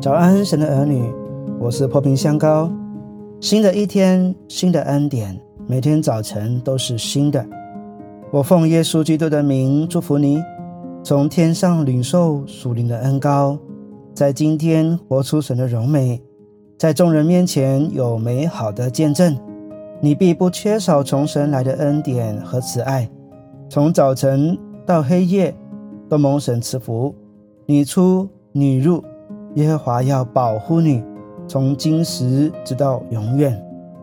早安，神的儿女，我是破冰香膏。新的一天，新的恩典，每天早晨都是新的。我奉耶稣基督的名祝福你，从天上领受属灵的恩膏，在今天活出神的荣美，在众人面前有美好的见证。你必不缺少从神来的恩典和慈爱，从早晨到黑夜都蒙神赐福。你出你入，耶和华要保护你，从今时直到永远。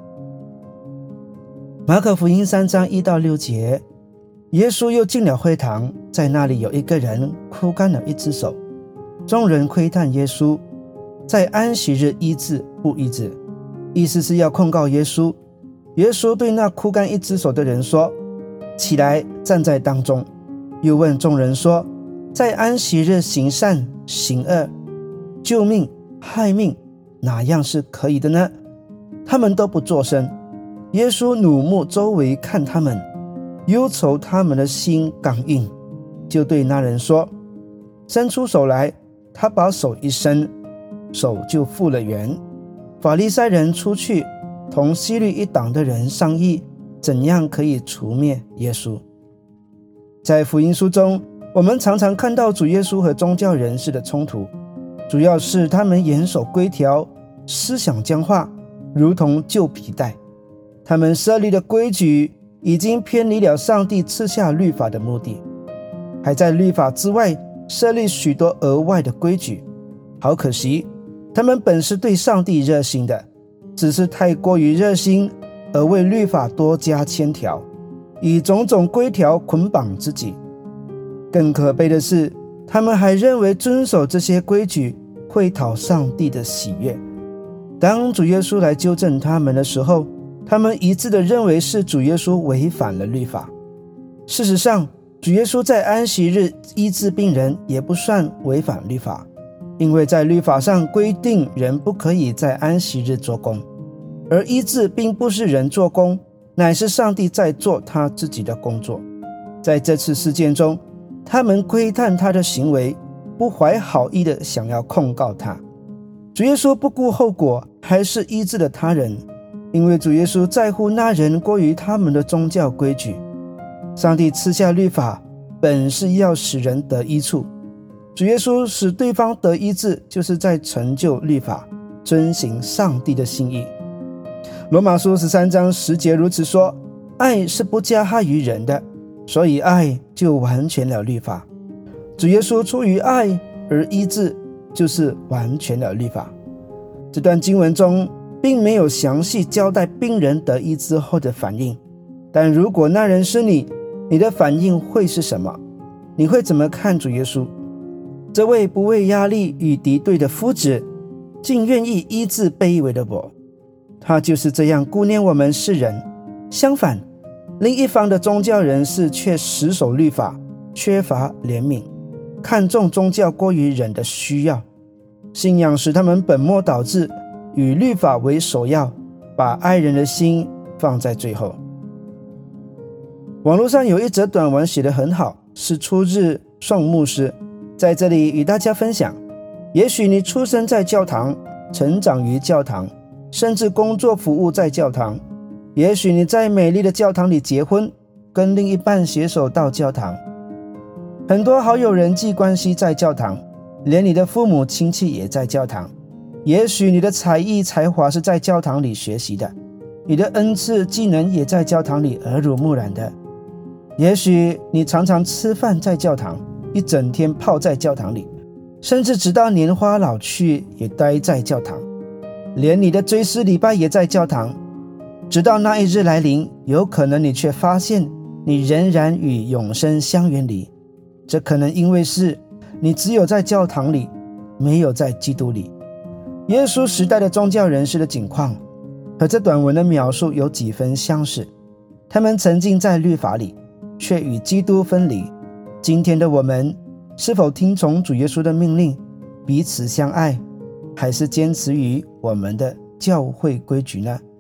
马可福音3章1到6节，耶稣又进了会堂，在那里有一个人枯干了一只手。众人窥探耶稣，在安息日医治不医治，意思是要控告耶稣。耶稣对那枯干一只手的人说：起来，站在当中。又问众人说：在安息日行善行恶，救命害命，哪样是可以的呢？他们都不作声。耶稣怒目周围看他们，忧愁他们的心刚硬，就对那人说：伸出手来。他把手一伸，手就复了原。法利赛人出去同希律一党的人商议，怎样可以除灭耶稣。在福音书中，我们常常看到主耶稣和宗教人士的冲突，主要是他们严守规条，思想僵化，如同旧皮带。他们设立的规矩已经偏离了上帝赐下律法的目的，还在律法之外设立许多额外的规矩。好可惜，他们本是对上帝热心的，只是太过于热心，而为律法多加牵条，以种种规条捆绑自己。更可悲的是，他们还认为遵守这些规矩会讨上帝的喜悦。当主耶稣来纠正他们的时候，他们一致地认为是主耶稣违反了律法。事实上，主耶稣在安息日医治病人也不算违反律法，因为在律法上规定人不可以在安息日做工，而医治并不是人做工，乃是上帝在做他自己的工作。在这次事件中，他们窥探他的行为，不怀好意的想要控告他。主耶稣不顾后果，还是医治了他人，因为主耶稣在乎那人过于他们的宗教规矩。上帝赐下律法，本是要使人得益处。主耶稣使对方得医治，就是在成就律法，遵行上帝的心意。罗马书13章10节如此说：爱是不加害于人的，所以爱就完全了律法。主耶稣出于爱而医治，就是完全了律法。这段经文中并没有详细交代病人得医治后的反应，但如果那人是你，你的反应会是什么？你会怎么看主耶稣？这位不畏压力与敌对的夫子，竟愿意医治卑微的我。他就是这样顾念我们世人。相反，另一方的宗教人士却死守律法，缺乏怜悯，看重宗教过于人的需要。信仰使他们本末倒置，以律法为首要，把爱人的心放在最后。网络上有一则短文写得很好，是出自宋牧师，在这里与大家分享。也许你出生在教堂，成长于教堂，甚至工作服务在教堂。也许你在美丽的教堂里结婚，跟另一半携手到教堂。很多好友人际关系在教堂，连你的父母亲戚也在教堂。也许你的才艺才华是在教堂里学习的，你的恩赐技能也在教堂里耳濡目染的。也许你常常吃饭在教堂，一整天泡在教堂里，甚至直到年华老去也待在教堂。连你的追思礼拜也在教堂，直到那一日来临，有可能你却发现你仍然与永生相远离。这可能因为是你只有在教堂里，没有在基督里。耶稣时代的宗教人士的境况和这短文的描述有几分相似，他们沉浸在律法里，却与基督分离。今天的我们是否听从主耶稣的命令，彼此相爱，还是坚持于我们的教会规矩呢？